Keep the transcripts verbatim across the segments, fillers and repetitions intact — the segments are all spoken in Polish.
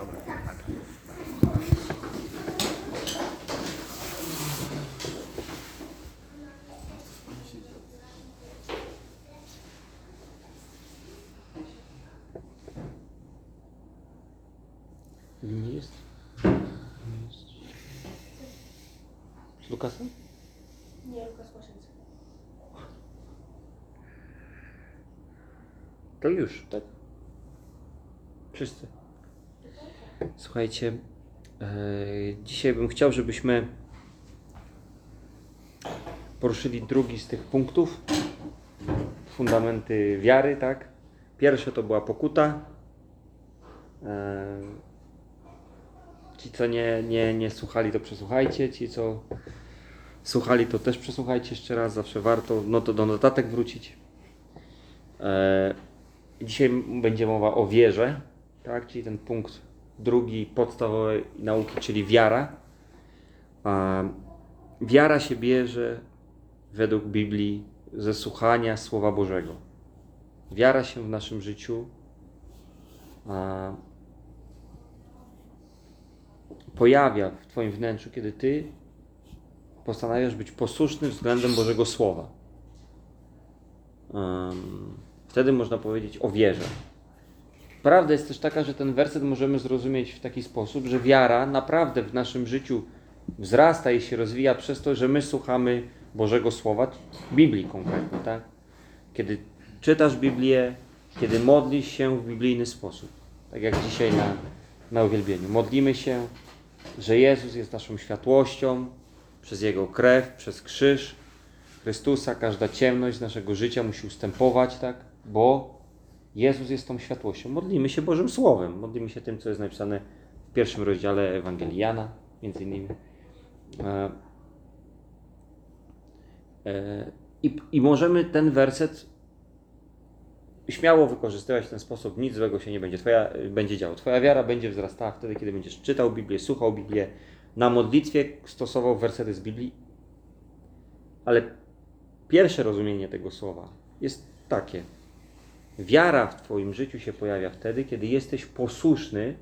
Dobra, tak. Nie jest? Nie jest. Z Lukasem? Nie, Lukas Łaszyński. To już, tak? Wszyscy. Słuchajcie, e, dzisiaj bym chciał, żebyśmy poruszyli drugi z tych punktów. Fundamenty wiary, tak? Pierwsze to była pokuta. E, ci, co nie, nie, nie słuchali, to przesłuchajcie. Ci, co słuchali, to też przesłuchajcie jeszcze raz. Zawsze warto no to do notatek wrócić. E, dzisiaj będzie mowa o wierze, tak? Czyli ten punkt drugi podstawowej nauki, czyli wiara. A wiara się bierze według Biblii ze słuchania Słowa Bożego. Wiara się w naszym życiu a, pojawia w Twoim wnętrzu, kiedy Ty postanawiasz być posłuszny względem Bożego Słowa. Um, wtedy można powiedzieć o wierze. Prawda jest też taka, że ten werset możemy zrozumieć w taki sposób, że wiara naprawdę w naszym życiu wzrasta i się rozwija przez to, że my słuchamy Bożego Słowa, Biblii konkretnie, tak? Kiedy czytasz Biblię, kiedy modlisz się w biblijny sposób, tak jak dzisiaj na, na uwielbieniu. Modlimy się, że Jezus jest naszą światłością, przez Jego krew, przez krzyż Chrystusa, każda ciemność z naszego życia musi ustępować, tak? Bo Jezus jest tą światłością. Modlimy się Bożym Słowem, modlimy się tym, co jest napisane w pierwszym rozdziale Ewangelii Jana, między innymi. E, e, i, I możemy ten werset śmiało wykorzystywać w ten sposób. Nic złego się nie będzie, twoja, będzie działo. Twoja wiara będzie wzrastała wtedy, kiedy będziesz czytał Biblię, słuchał Biblię, na modlitwie stosował wersety z Biblii. Ale pierwsze rozumienie tego słowa jest takie. Wiara w Twoim życiu się pojawia wtedy, kiedy jesteś posłuszny,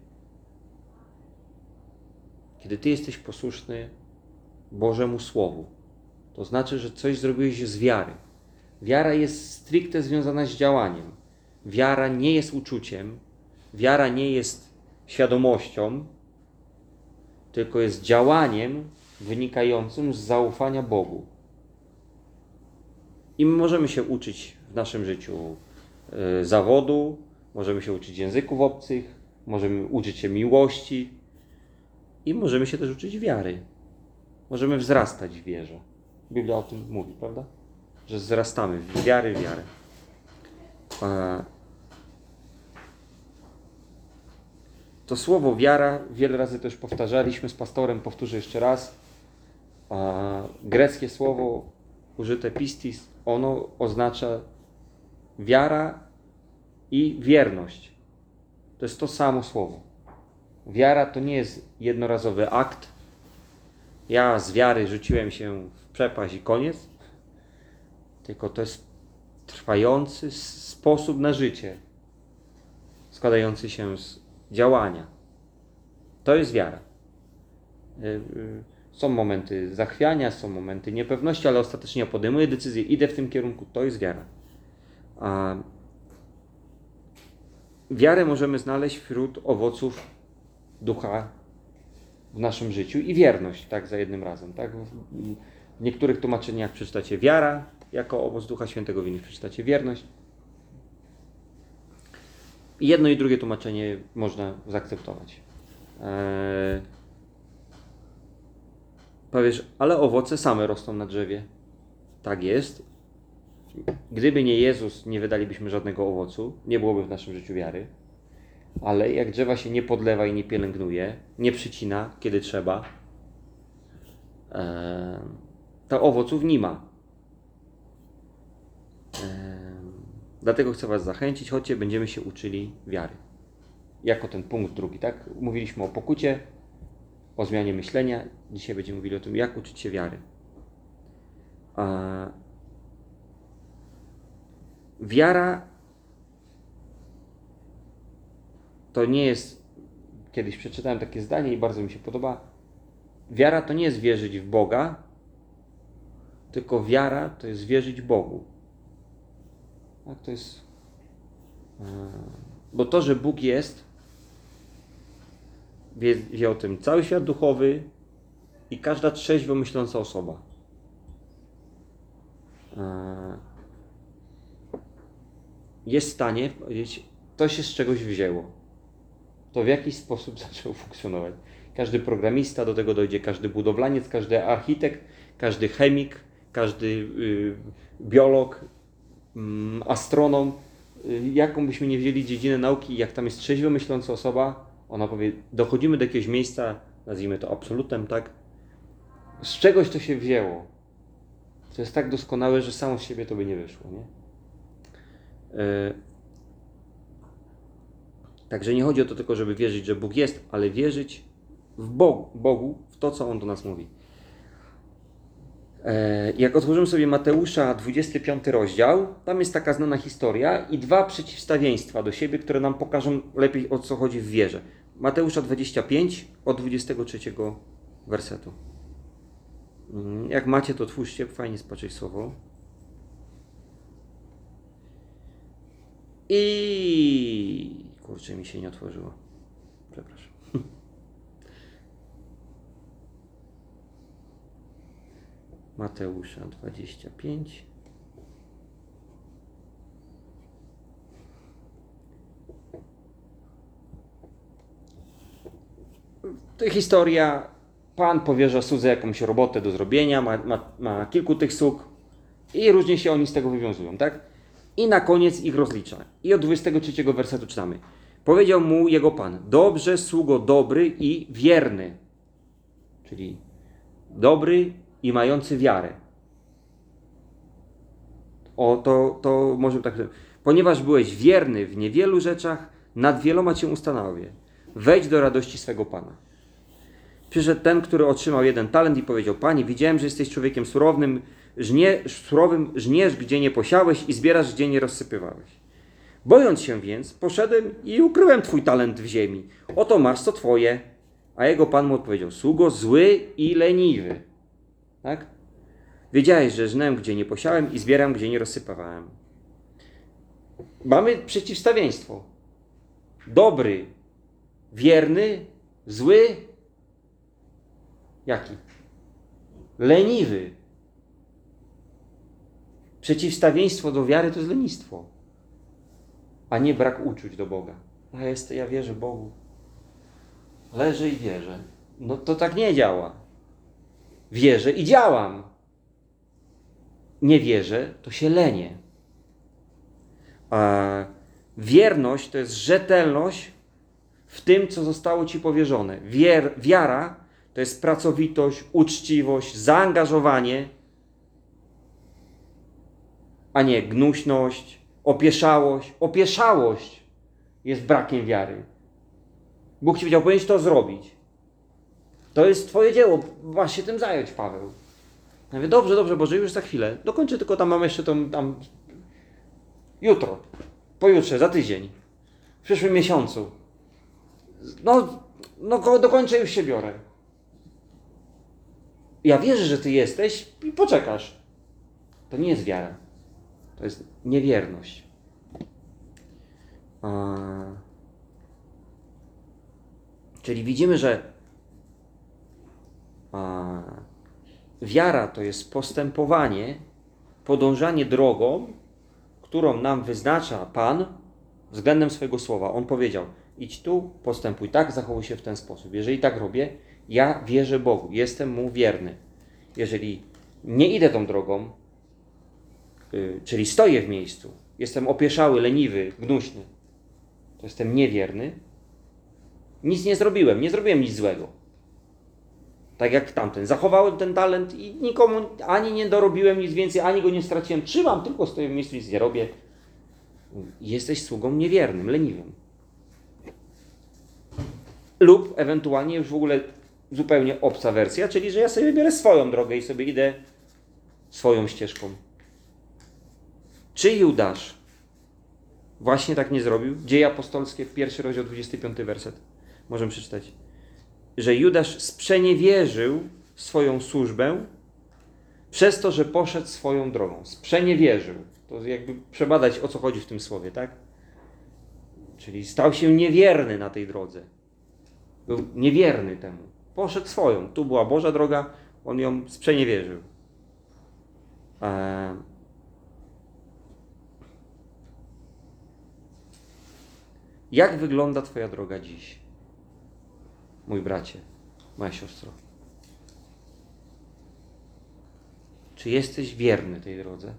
kiedy Ty jesteś posłuszny Bożemu Słowu. To znaczy, że coś zrobiłeś z wiary. Wiara jest stricte związana z działaniem. Wiara nie jest uczuciem, wiara nie jest świadomością, tylko jest działaniem wynikającym z zaufania Bogu. I my możemy się uczyć w naszym życiu y, zawodu, możemy się uczyć języków obcych, możemy uczyć się miłości i możemy się też uczyć wiary. Możemy wzrastać w wierze. Biblia o tym mówi, prawda? Że wzrastamy w wiary w wiarę. A to słowo wiara wiele razy też powtarzaliśmy z pastorem, powtórzę jeszcze raz. A greckie słowo użyte pistis, ono oznacza wiara i wierność. To jest to samo słowo. Wiara to nie jest jednorazowy akt. Ja z wiary rzuciłem się w przepaść i koniec. Tylko to jest trwający sposób na życie, składający się z działania. To jest wiara. Są momenty zachwiania, są momenty niepewności, ale ostatecznie ja podejmuję decyzję, idę w tym kierunku. To jest wiara. A wiarę możemy znaleźć wśród owoców ducha w naszym życiu i wierność, tak, za jednym razem. Tak? W niektórych tłumaczeniach przeczytacie wiara jako owoc Ducha Świętego, w innych przeczytacie wierność. I jedno i drugie tłumaczenie można zaakceptować. Eee... Powiesz, ale owoce same rosną na drzewie. Tak jest. Gdyby nie Jezus, nie wydalibyśmy żadnego owocu, nie byłoby w naszym życiu wiary. Ale jak drzewa się nie podlewa i nie pielęgnuje, nie przycina, kiedy trzeba, e, to owoców nie ma. E, dlatego chcę Was zachęcić, chodźcie, będziemy się uczyli wiary. Jako ten punkt drugi, tak? Mówiliśmy o pokucie, o zmianie myślenia. Dzisiaj będziemy mówili o tym, jak uczyć się wiary. E, wiara to nie jest kiedyś przeczytałem takie zdanie i bardzo mi się podoba. Wiara to nie jest wierzyć w Boga, tylko wiara to jest wierzyć Bogu. Tak, to jest... Bo to, że Bóg jest, wie, wie o tym cały świat duchowy i każda trzeźwo myśląca osoba. Jest w stanie powiedzieć, to się z czegoś wzięło. To w jakiś sposób zaczęło funkcjonować. Każdy programista do tego dojdzie, każdy budowlaniec, każdy architekt, każdy chemik, każdy y, biolog, y, astronom. Y, jaką byśmy nie wzięli dziedzinę nauki, jak tam jest trzeźwo myśląca osoba, ona powie, dochodzimy do jakiegoś miejsca, nazwijmy to absolutem, tak? Z czegoś to się wzięło. To jest tak doskonałe, że samo z siebie to by nie wyszło, nie? Y, Także nie chodzi o to tylko, żeby wierzyć, że Bóg jest, ale wierzyć w Bogu, Bogu w to, co On do nas mówi. Jak otworzymy sobie Mateusza dwudziesty piąty rozdział, tam jest taka znana historia i dwa przeciwstawieństwa do siebie, które nam pokażą lepiej, o co chodzi w wierze. Mateusza dwadzieścia pięć od dwudziestego trzeciego wersetu. Jak macie, to twórzcie, fajnie spatrzeć słowo. I... Kurczę, mi się nie otworzyło. Przepraszam. Mateusza dwadzieścia pięć. To historia. Pan powierza słudze jakąś robotę do zrobienia, ma, ma, ma kilku tych sług i różnie się oni z tego wywiązują, tak? I na koniec ich rozlicza. I od dwudziestego trzeciego wersetu czytamy. Powiedział mu jego Pan, dobrze, sługo dobry i wierny. Czyli dobry i mający wiarę. O, to, to może tak. Ponieważ byłeś wierny w niewielu rzeczach, nad wieloma cię ustanowię. Wejdź do radości swego Pana. Przyszedł ten, który otrzymał jeden talent i powiedział, Panie, widziałem, że jesteś człowiekiem surownym, żnie, surowym, żniesz, gdzie nie posiałeś i zbierasz, gdzie nie rozsypywałeś. Bojąc się więc, poszedłem i ukryłem twój talent w ziemi. Oto masz, co twoje. A jego Pan mu odpowiedział, sługo zły i leniwy. Tak? Wiedziałeś, że żnę, gdzie nie posiałem i zbieram, gdzie nie rozsypywałem. Mamy przeciwstawieństwo. Dobry, wierny, zły, jaki? Leniwy. Przeciwstawieństwo do wiary to jest lenistwo, a nie brak uczuć do Boga. Ja, jest, ja wierzę Bogu. Leżę i wierzę. No to tak nie działa. Wierzę i działam. Nie wierzę, to się lenię. A wierność to jest rzetelność w tym, co zostało ci powierzone. Wier, wiara to jest pracowitość, uczciwość, zaangażowanie, a nie gnuśność, opieszałość. Opieszałość jest brakiem wiary. Bóg ci powiedział, powinieneś to zrobić. To jest twoje dzieło, masz się tym zająć, Paweł. Ja mówię, dobrze, dobrze, Boże, już za chwilę. Dokończę, tylko tam mam jeszcze tą, tam jutro, pojutrze, za tydzień, w przyszłym miesiącu. No, no dokończę, już się biorę. Ja wierzę, że ty jesteś i poczekasz. To nie jest wiara. To jest niewierność. A... Czyli widzimy, że a... wiara to jest postępowanie, podążanie drogą, którą nam wyznacza Pan względem swojego słowa. On powiedział, idź tu, postępuj tak, zachowuj się w ten sposób. Jeżeli tak robię, ja wierzę Bogu, jestem Mu wierny. Jeżeli nie idę tą drogą, yy, czyli stoję w miejscu, jestem opieszały, leniwy, gnuśny, to jestem niewierny, nic nie zrobiłem, nie zrobiłem nic złego. Tak jak tamten. Zachowałem ten talent i nikomu ani nie dorobiłem nic więcej, ani go nie straciłem. Trzymam, tylko stoję w miejscu, nic nie robię. Jesteś sługą niewiernym, leniwym. Lub ewentualnie już w ogóle zupełnie obca wersja, czyli że ja sobie wybierę swoją drogę i sobie idę swoją ścieżką. Czy Judasz właśnie tak nie zrobił? Dzieje apostolskie, pierwszy rozdział, dwudziesty piąty werset. możemy przeczytać, że Judasz sprzeniewierzył swoją służbę przez to, że poszedł swoją drogą. Sprzeniewierzył. To jakby przebadać, o co chodzi w tym słowie, tak? Czyli stał się niewierny na tej drodze. Był niewierny temu. Poszedł swoją. Tu była Boża droga, on ją sprzeniewierzył. Eee... Jak wygląda twoja droga dziś? Mój bracie, moja siostro. Czy jesteś wierny tej drodze?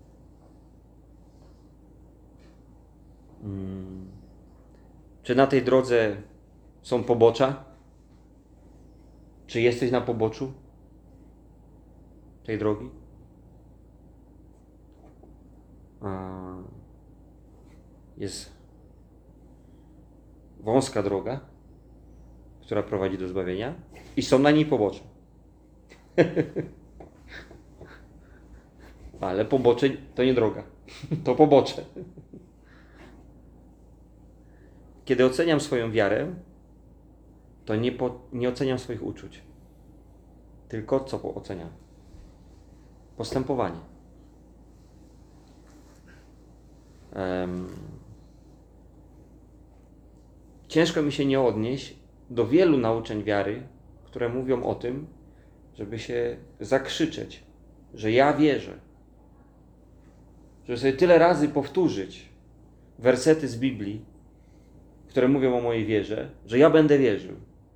Hmm. Czy na tej drodze są pobocza? Czy jesteś na poboczu tej drogi? A jest wąska droga, która prowadzi do zbawienia i są na niej pobocze. Ale pobocze to nie droga, to pobocze. Kiedy oceniam swoją wiarę, to nie, po, nie oceniam swoich uczuć. Tylko co oceniam? Postępowanie. Um, ciężko mi się nie odnieść do wielu nauczeń wiary, które mówią o tym, żeby się zakrzyczeć, że ja wierzę. Żeby sobie tyle razy powtórzyć wersety z Biblii, które mówią o mojej wierze, że ja będę wierzył.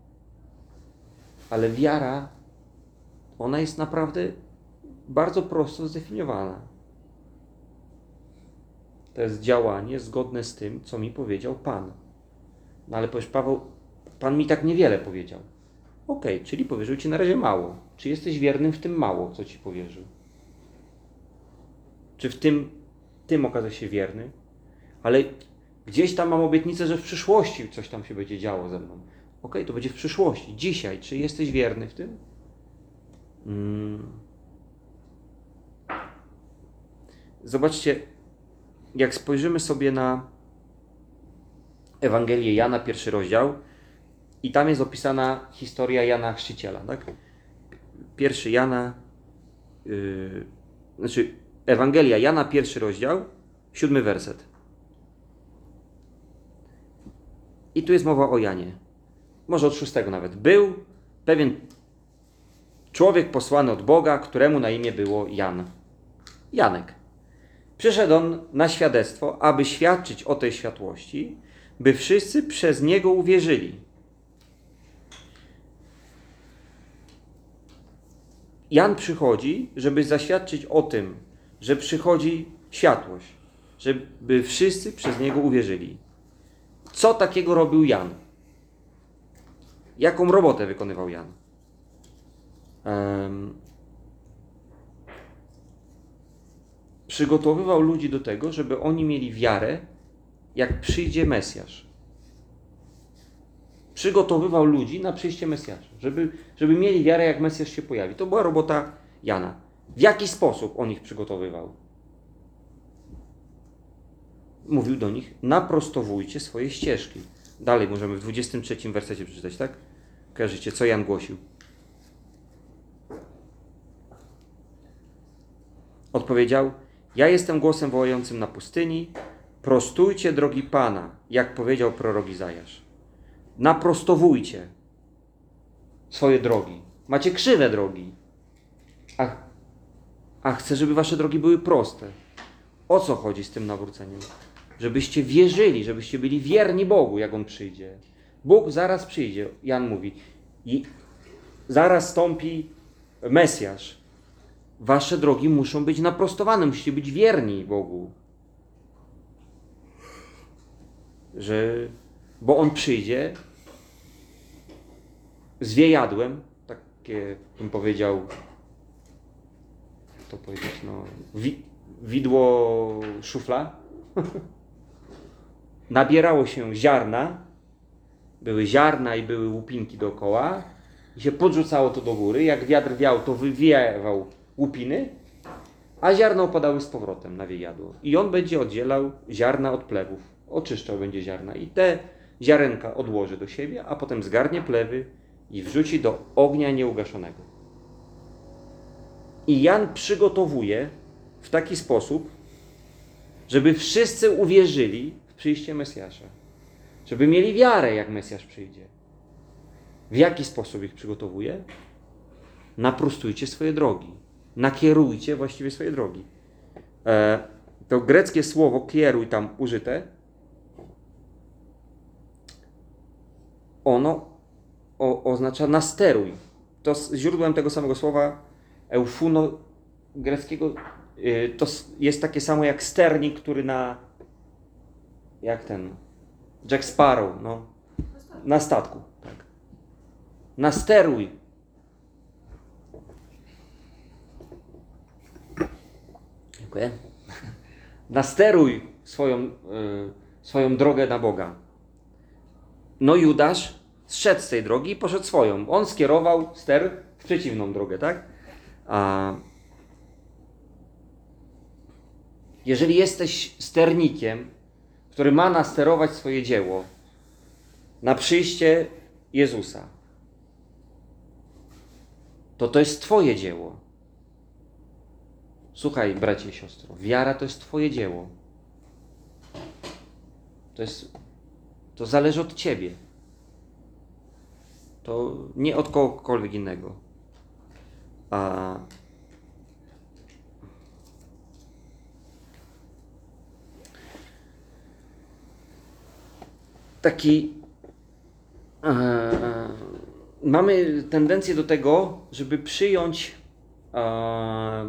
Ale wiara, ona jest naprawdę bardzo prosto zdefiniowana. To jest działanie zgodne z tym, co mi powiedział Pan. No ale powiesz, Paweł, Pan mi tak niewiele powiedział. Okej, okay, czyli powierzył Ci na razie mało. Czy jesteś wiernym w tym mało, co Ci powierzył? Czy w tym, tym okaże się wierny? Ale gdzieś tam mam obietnicę, że w przyszłości coś tam się będzie działo ze mną. Okej, okay, to będzie w przyszłości. Dzisiaj, czy jesteś wierny w tym? Hmm. Zobaczcie, jak spojrzymy sobie na Ewangelię Jana, pierwszy rozdział, i tam jest opisana historia Jana Chrzciciela, tak? Pierwszy Jana, yy, znaczy Ewangelia Jana, pierwszy rozdział, siódmy werset. I tu jest mowa o Janie. Może od szóstego nawet. Był pewien człowiek posłany od Boga, któremu na imię było Jan. Janek. Przyszedł on na świadectwo, aby świadczyć o tej światłości, by wszyscy przez niego uwierzyli. Jan przychodzi, żeby zaświadczyć o tym, że przychodzi światłość, żeby wszyscy przez niego uwierzyli. Co takiego robił Jan? Jaką robotę wykonywał Jan? Um, przygotowywał ludzi do tego, żeby oni mieli wiarę, jak przyjdzie Mesjasz. Przygotowywał ludzi na przyjście Mesjasza, żeby, żeby mieli wiarę, jak Mesjasz się pojawi. To była robota Jana. W jaki sposób on ich przygotowywał? Mówił do nich, naprostowujcie swoje ścieżki. Dalej możemy w dwudziestym trzecim wersecie przeczytać, tak? Kojarzycie, co Jan głosił? Odpowiedział, ja jestem głosem wołającym na pustyni, prostujcie drogi Pana, jak powiedział prorok Izajasz. Naprostowujcie swoje drogi. Macie krzywe drogi, a, a chcę, żeby wasze drogi były proste. O co chodzi z tym nawróceniem? Żebyście wierzyli, żebyście byli wierni Bogu, jak On przyjdzie. Bóg zaraz przyjdzie, Jan mówi, i zaraz stąpi Mesjasz. Wasze drogi muszą być naprostowane, musicie być wierni Bogu. Że, bo On przyjdzie z wiejadłem, takie bym powiedział, jak to powiedzieć, no, wi, widło szufla. Nabierało się ziarna, były ziarna i były łupinki dookoła i się podrzucało to do góry. Jak wiatr wiał, to wywiewał łupiny, a ziarna opadały z powrotem na wiejadło. I on będzie oddzielał ziarna od plewów. Oczyszczał będzie ziarna. I te ziarenka odłoży do siebie, a potem zgarnie plewy i wrzuci do ognia nieugaszonego. I Jan przygotowuje w taki sposób, żeby wszyscy uwierzyli w przyjście Mesjasza. Żeby mieli wiarę, jak Mesjasz przyjdzie. W jaki sposób ich przygotowuje? Naprostujcie swoje drogi. Nakierujcie właściwie swoje drogi. E, to greckie słowo kieruj tam użyte, ono o, oznacza nasteruj. To z źródłem tego samego słowa eufuno greckiego y, to jest takie samo jak sternik, który na jak ten Jack Sparrow, no, na statku. Tak. Nasteruj. Dziękuję. Nasteruj swoją, y, swoją drogę na Boga. No Judasz zszedł z tej drogi i poszedł swoją. On skierował ster w przeciwną drogę, tak? A jeżeli jesteś sternikiem, który ma nasterować swoje dzieło na przyjście Jezusa, to to jest twoje dzieło. Słuchaj, bracie i siostro, wiara to jest twoje dzieło. To jest, to zależy od ciebie. To nie od kogokolwiek innego. A taki e, mamy tendencję do tego, żeby przyjąć e,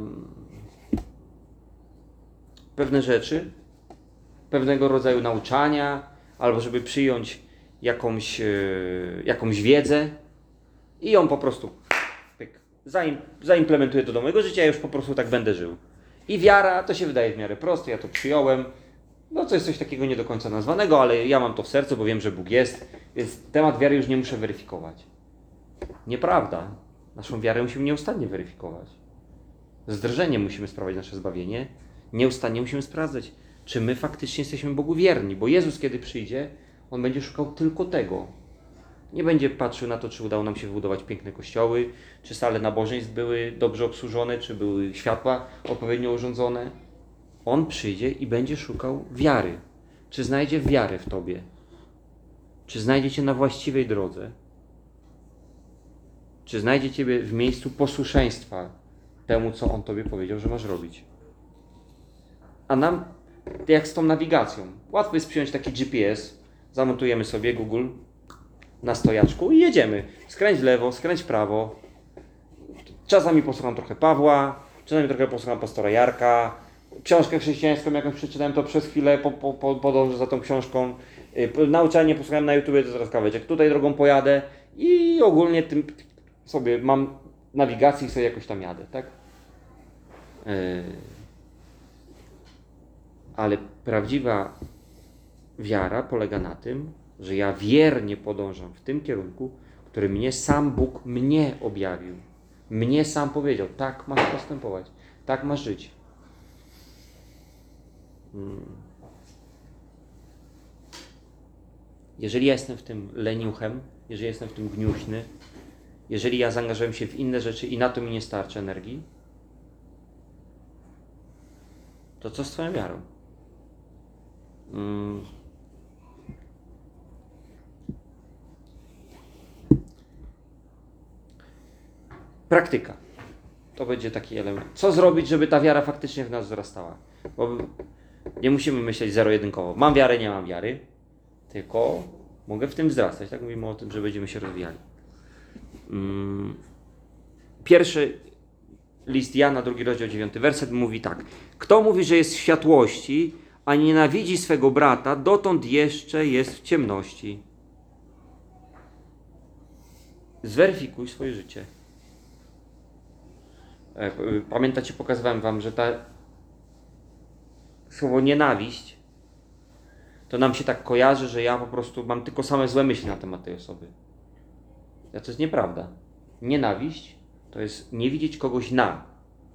pewne rzeczy, pewnego rodzaju nauczania, albo żeby przyjąć jakąś, e, jakąś wiedzę i ją po prostu pyk, zaim, zaimplementuję to do mojego życia, ja już po prostu tak będę żył. I wiara, to się wydaje w miarę proste, ja to przyjąłem. No to jest coś takiego nie do końca nazwanego, ale ja mam to w sercu, bo wiem, że Bóg jest, więc temat wiary już nie muszę weryfikować. Nieprawda. Naszą wiarę musimy nieustannie weryfikować. Z drżeniem musimy sprawiać nasze zbawienie. Nieustannie musimy sprawdzać, czy my faktycznie jesteśmy Bogu wierni, bo Jezus, kiedy przyjdzie, On będzie szukał tylko tego. Nie będzie patrzył na to, czy udało nam się wybudować piękne kościoły, czy sale nabożeństw były dobrze obsłużone, czy były światła odpowiednio urządzone. On przyjdzie i będzie szukał wiary. Czy znajdzie wiarę w tobie? Czy znajdzie cię na właściwej drodze? Czy znajdzie ciebie w miejscu posłuszeństwa temu, co On tobie powiedział, że masz robić? A nam, jak z tą nawigacją, łatwo jest przyjąć taki G P S, zamontujemy sobie Google na stojaczku i jedziemy. Skręć w lewo, skręć w prawo. Czasami posłucham trochę Pawła, czasami trochę posłucham pastora Jarka. Książkę chrześcijańską jakąś przeczytałem, to przez chwilę po, po, po, podążę za tą książką. Yy, nauczanie posłuchałem na YouTubie, to zaraz kawałeczek. Tutaj drogą pojadę i ogólnie tym sobie mam nawigację i sobie jakoś tam jadę, tak? Yy. Ale prawdziwa wiara polega na tym, że ja wiernie podążam w tym kierunku, który mnie sam Bóg mnie objawił. Mnie sam powiedział, tak masz postępować, tak masz żyć. Jeżeli ja jestem w tym leniuchem, jeżeli jestem w tym gniuśny, jeżeli ja zaangażuję się w inne rzeczy i na to mi nie starczy energii, to co z twoją wiarą? Hmm. Praktyka. To będzie taki element. Co zrobić, żeby ta wiara faktycznie w nas wzrastała? Bo nie musimy myśleć zero-jedynkowo. Mam wiarę, nie mam wiary. Tylko mogę w tym wzrastać. Tak mówimy o tym, że będziemy się rozwijali. Pierwszy list Jana, drugi rozdział, dziewiąty werset mówi tak. Kto mówi, że jest w światłości, a nienawidzi swego brata, dotąd jeszcze jest w ciemności. Zweryfikuj swoje życie. Pamiętacie, pokazywałem wam, że ta słowo nienawiść to nam się tak kojarzy, że ja po prostu mam tylko same złe myśli na temat tej osoby. A to jest nieprawda. Nienawiść to jest nie widzieć kogoś na.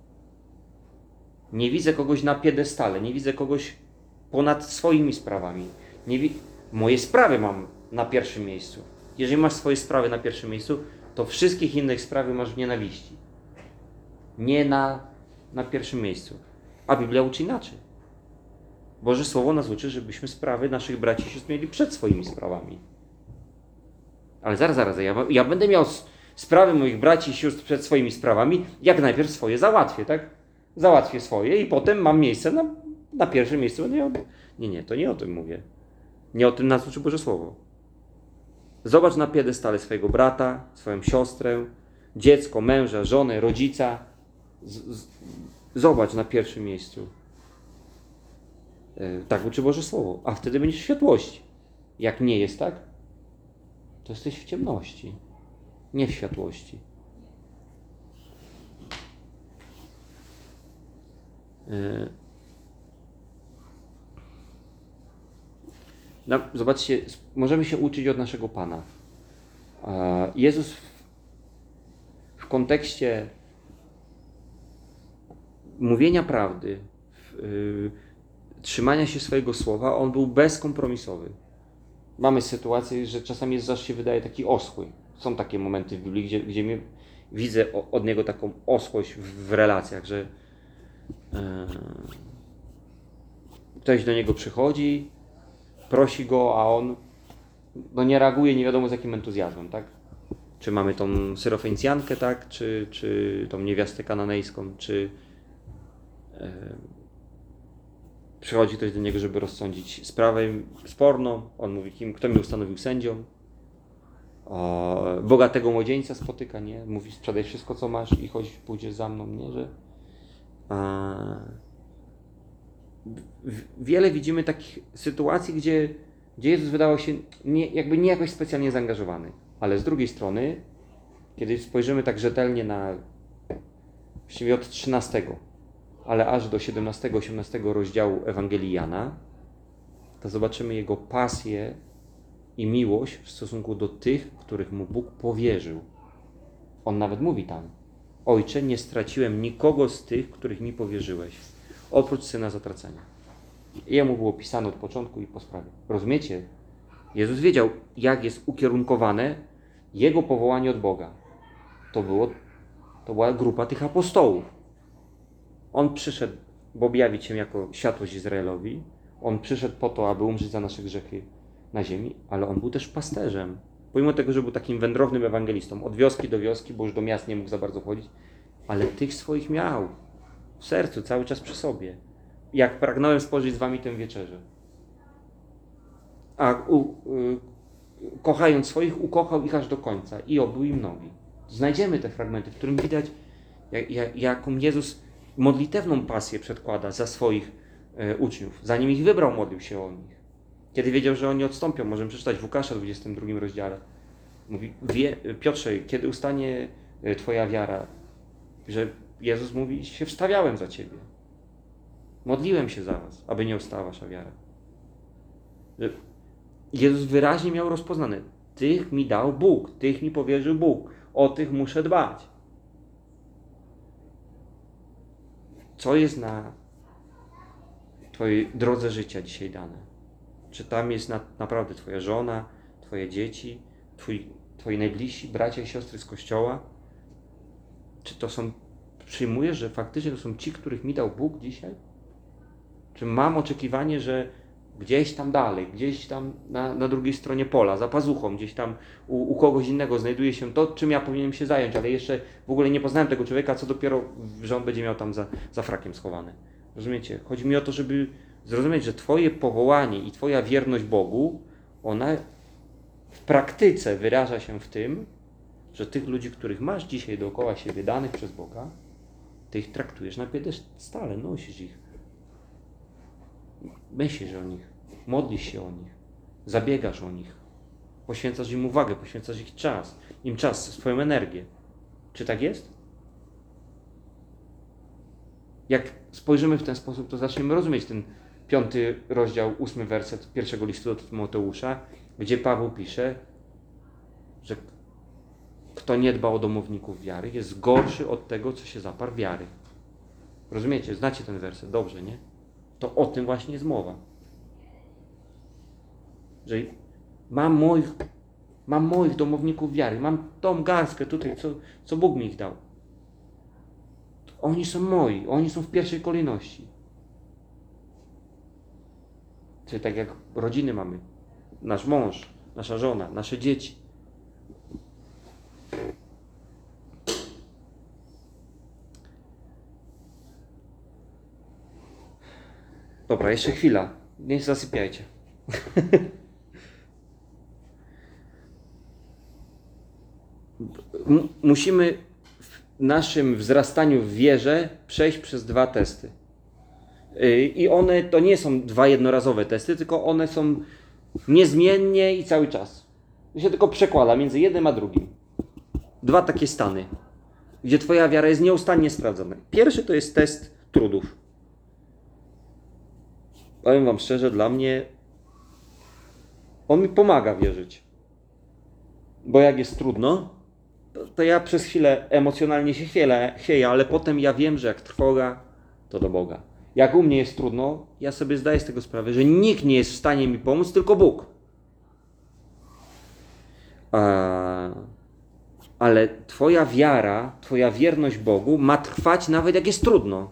Nie widzę kogoś na piedestale, nie widzę kogoś ponad swoimi sprawami. Nie wi- Moje sprawy mam na pierwszym miejscu. Jeżeli masz swoje sprawy na pierwszym miejscu, to wszystkich innych sprawy masz w nienawiści. Nie na, na pierwszym miejscu. A Biblia uczy inaczej. Boże Słowo nas uczy, żebyśmy sprawy naszych braci i sióstr mieli przed swoimi sprawami. Ale zaraz, zaraz, ja, ja będę miał sprawy moich braci i sióstr przed swoimi sprawami, jak najpierw swoje załatwię, tak? Załatwię swoje i potem mam miejsce na, na pierwszym miejscu. Będę miał... Nie, nie, to nie o tym mówię. Nie o tym nas uczy Boże Słowo. Zobacz na piedestale swojego brata, swoją siostrę, dziecko, męża, żonę, rodzica. Z, z, zobacz na pierwszym miejscu. Yy, tak uczy Boże Słowo. A wtedy będziesz w światłości. Jak nie jest tak, to jesteś w ciemności. Nie w światłości. Yy. No, zobaczcie, możemy się uczyć od naszego Pana. Jezus w, w kontekście mówienia prawdy, w, y, trzymania się swojego słowa, on był bezkompromisowy. Mamy sytuację, że czasami Jezus aż się wydaje taki oschły. Są takie momenty w Biblii, gdzie, gdzie mi, widzę od Niego taką oschłość w, w relacjach, że yy, ktoś do Niego przychodzi, prosi Go, a On no, nie reaguje nie wiadomo z jakim entuzjazmem, tak? Czy mamy tą Syrofenicjankę, tak? Czy, czy tą niewiastę kananejską, czy yy, przychodzi ktoś do Niego, żeby rozsądzić sprawę sporną. On mówi, kim, kto mnie ustanowił sędzią. O, bogatego młodzieńca spotyka, nie? Mówi, sprzedaj wszystko, co masz i chodź, pójdziesz za mną, nie? Że, a, w, wiele widzimy takich sytuacji, gdzie, gdzie Jezus wydawał się nie, jakby nie jakoś specjalnie zaangażowany. Ale z drugiej strony, kiedy spojrzymy tak rzetelnie na właściwie od trzynastego, ale aż do siedemnastego osiemnastego rozdziału Ewangelii Jana, to zobaczymy Jego pasję i miłość w stosunku do tych, których Mu Bóg powierzył. On nawet mówi tam, Ojcze, nie straciłem nikogo z tych, których mi powierzyłeś, oprócz Syna zatracenia. I Jemu było pisane od początku i po sprawie. Rozumiecie? Jezus wiedział, jak jest ukierunkowane Jego powołanie od Boga. To, było, to była grupa tych apostołów. On przyszedł, by objawić się jako światłość Izraelowi. On przyszedł po to, aby umrzeć za nasze grzechy na ziemi, ale on był też pasterzem. Pomimo tego, że był takim wędrownym ewangelistą, od wioski do wioski, bo już do miast nie mógł za bardzo chodzić, ale tych swoich miał w sercu, cały czas przy sobie. Jak pragnąłem spożyć z wami tę wieczerzę. A u, y, kochając swoich, ukochał ich aż do końca i obył im nogi. Znajdziemy te fragmenty, w którym widać, jak, jak, jaką Jezus modlitewną pasję przedkłada za swoich e, uczniów. Zanim ich wybrał, modlił się o nich. Kiedy wiedział, że oni odstąpią, możemy przeczytać w Łukasza w dwudziestym drugim rozdziale. Mówi, wie, Piotrze, kiedy ustanie twoja wiara? Że Jezus mówi, się wstawiałem za ciebie. Modliłem się za was, aby nie ustała wasza wiara. Że Jezus wyraźnie miał rozpoznane, tych mi dał Bóg, tych mi powierzył Bóg, o tych muszę dbać. Co jest na twojej drodze życia dzisiaj dane? Czy tam jest na, naprawdę twoja żona, twoje dzieci, twój, twoi najbliżsi bracia i siostry z kościoła? Czy to są, przyjmujesz, że faktycznie to są ci, których mi dał Bóg dzisiaj? Czy mam oczekiwanie, że gdzieś tam dalej, gdzieś tam na, na drugiej stronie pola, za pazuchą, gdzieś tam u, u kogoś innego znajduje się to, czym ja powinienem się zająć, ale jeszcze w ogóle nie poznałem tego człowieka, co dopiero że on będzie miał tam za, za frakiem schowane. Rozumiecie? Chodzi mi o to, żeby zrozumieć, że twoje powołanie i twoja wierność Bogu, ona w praktyce wyraża się w tym, że tych ludzi, których masz dzisiaj dookoła siebie, danych przez Boga, ty ich traktujesz na piedestale, nosisz ich. Myślisz o nich, modlisz się o nich, zabiegasz o nich, poświęcasz im uwagę, poświęcasz ich czas, im czas, swoją energię. Czy tak jest? Jak spojrzymy w ten sposób, to zaczniemy rozumieć ten piąty rozdział, ósmy werset pierwszego listu do Tymoteusza, gdzie Paweł pisze, że kto nie dba o domowników wiary, jest gorszy od tego, co się zaparł wiary. Rozumiecie? Znacie ten werset dobrze, nie? To o tym właśnie jest mowa. Że Mam moich, mam moich domowników wiary, mam tą garstkę tutaj, co, co Bóg mi ich dał. Oni są moi, oni są w pierwszej kolejności. Czyli tak jak rodziny mamy, nasz mąż, nasza żona, nasze dzieci. Dobra, jeszcze chwila. Nie zasypiajcie. M- musimy w naszym wzrastaniu w wierze przejść przez dwa testy. Yy, I one to nie są dwa jednorazowe testy, tylko one są niezmiennie i cały czas. To się tylko przekłada między jednym a drugim. Dwa takie stany, gdzie twoja wiara jest nieustannie sprawdzona. Pierwszy to jest test trudów. Powiem wam szczerze, dla mnie on mi pomaga wierzyć. Bo jak jest trudno, to, to ja przez chwilę emocjonalnie się chwieję, chwieję, ale potem ja wiem, że jak trwoga, to do Boga. Jak u mnie jest trudno, ja sobie zdaję z tego sprawę, że nikt nie jest w stanie mi pomóc, tylko Bóg. A, ale twoja wiara, twoja wierność Bogu ma trwać nawet jak jest trudno.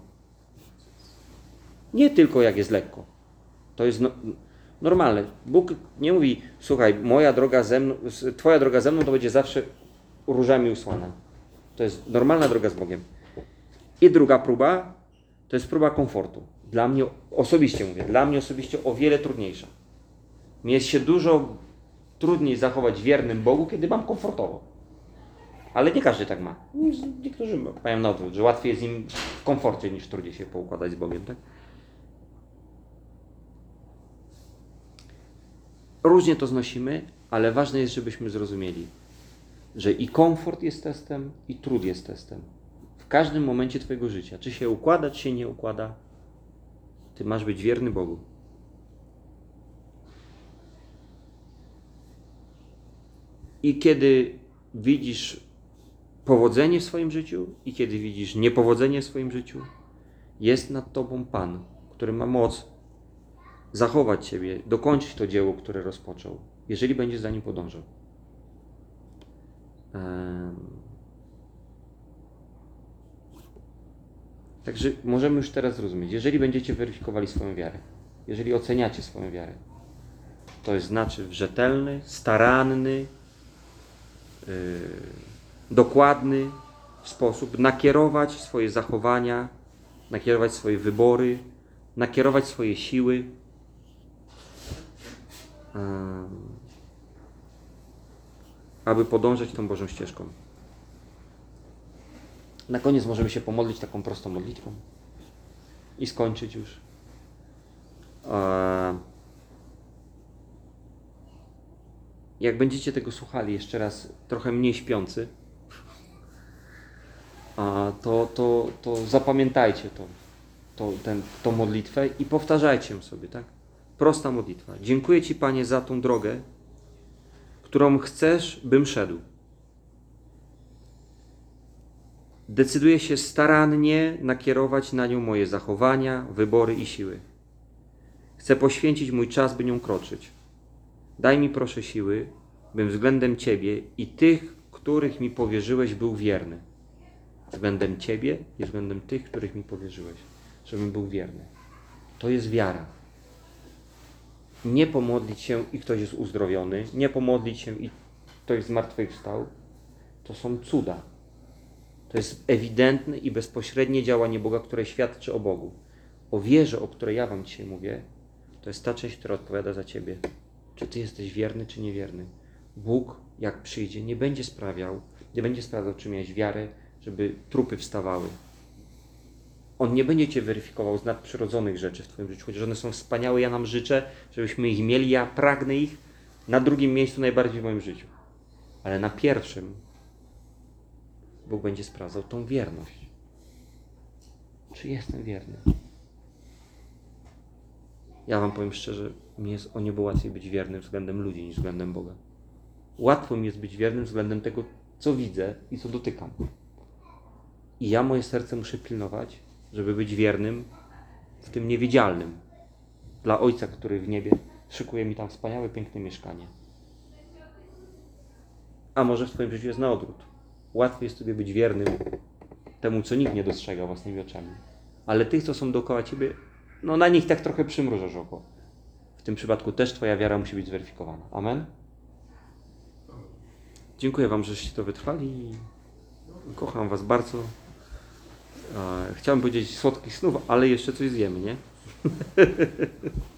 Nie tylko jak jest lekko. To jest no, normalne. Bóg nie mówi, słuchaj, moja droga ze mną, twoja droga ze mną to będzie zawsze różami usłana. To jest normalna droga z Bogiem. I druga próba, to jest próba komfortu. Dla mnie osobiście mówię, dla mnie osobiście o wiele trudniejsza. Mi jest się dużo trudniej zachować wiernym Bogu, kiedy mam komfortowo. Ale nie każdy tak ma. Niektórzy mają na odwrót, że łatwiej jest im w komforcie niż w trudzie się poukładać z Bogiem, tak? Różnie to znosimy, ale ważne jest, żebyśmy zrozumieli, że i komfort jest testem, i trud jest testem. W każdym momencie twojego życia. Czy się układa, czy się nie układa, ty masz być wierny Bogu. I kiedy widzisz powodzenie w swoim życiu, i kiedy widzisz niepowodzenie w swoim życiu, jest nad tobą Pan, który ma moc zachować ciebie, dokończyć to dzieło, które rozpoczął, jeżeli będziesz za nim podążał. Um. Także możemy już teraz zrozumieć, jeżeli będziecie weryfikowali swoją wiarę, jeżeli oceniacie swoją wiarę, to jest znaczy w rzetelny, staranny, yy, dokładny sposób nakierować swoje zachowania, nakierować swoje wybory, nakierować swoje siły, yy, aby podążać tą Bożą ścieżką. Na koniec możemy się pomodlić taką prostą modlitwą i skończyć już. Jak będziecie tego słuchali jeszcze raz trochę mniej śpiący, to, to, to zapamiętajcie to, to, ten, tą modlitwę i powtarzajcie ją sobie, tak? Prosta modlitwa. Dziękuję Ci, Panie, za tą drogę, którą chcesz, bym szedł. Decyduję się starannie nakierować na nią moje zachowania, wybory i siły. Chcę poświęcić mój czas, by nią kroczyć. Daj mi proszę siły, bym względem Ciebie i tych, których mi powierzyłeś, był wierny. Względem Ciebie i względem tych, których mi powierzyłeś, żebym był wierny. To jest wiara. Nie pomodlić się i ktoś jest uzdrowiony, nie pomodlić się i ktoś zmartwychwstał. To są cuda. To jest ewidentne i bezpośrednie działanie Boga, które świadczy o Bogu. O wierze, o której ja Wam dzisiaj mówię, to jest ta część, która odpowiada za Ciebie. Czy Ty jesteś wierny, czy niewierny. Bóg, jak przyjdzie, nie będzie sprawiał, nie będzie sprawdzał, czy miałeś wiarę, żeby trupy wstawały. On nie będzie Cię weryfikował z nadprzyrodzonych rzeczy w Twoim życiu, chociaż one są wspaniałe, ja nam życzę, żebyśmy ich mieli, ja pragnę ich na drugim miejscu najbardziej w moim życiu. Ale na pierwszym Bóg będzie sprawdzał tą wierność. Czy jestem wierny? Ja Wam powiem szczerze, mi jest o niebo łatwiej być wiernym względem ludzi niż względem Boga. Łatwo mi jest być wiernym względem tego, co widzę i co dotykam. I ja moje serce muszę pilnować, żeby być wiernym w tym niewidzialnym. Dla Ojca, który w niebie szykuje mi tam wspaniałe, piękne mieszkanie. A może w Twoim życiu jest na odwrót. Łatwiej jest Tobie być wiernym temu, co nikt nie dostrzega własnymi oczami. Ale tych, co są dookoła Ciebie, no na nich tak trochę przymrużasz oko. W tym przypadku też Twoja wiara musi być zweryfikowana. Amen? Dziękuję Wam, żeście to wytrwali. Kocham Was bardzo. Chciałem powiedzieć słodkich snów, ale jeszcze coś zjemy, nie?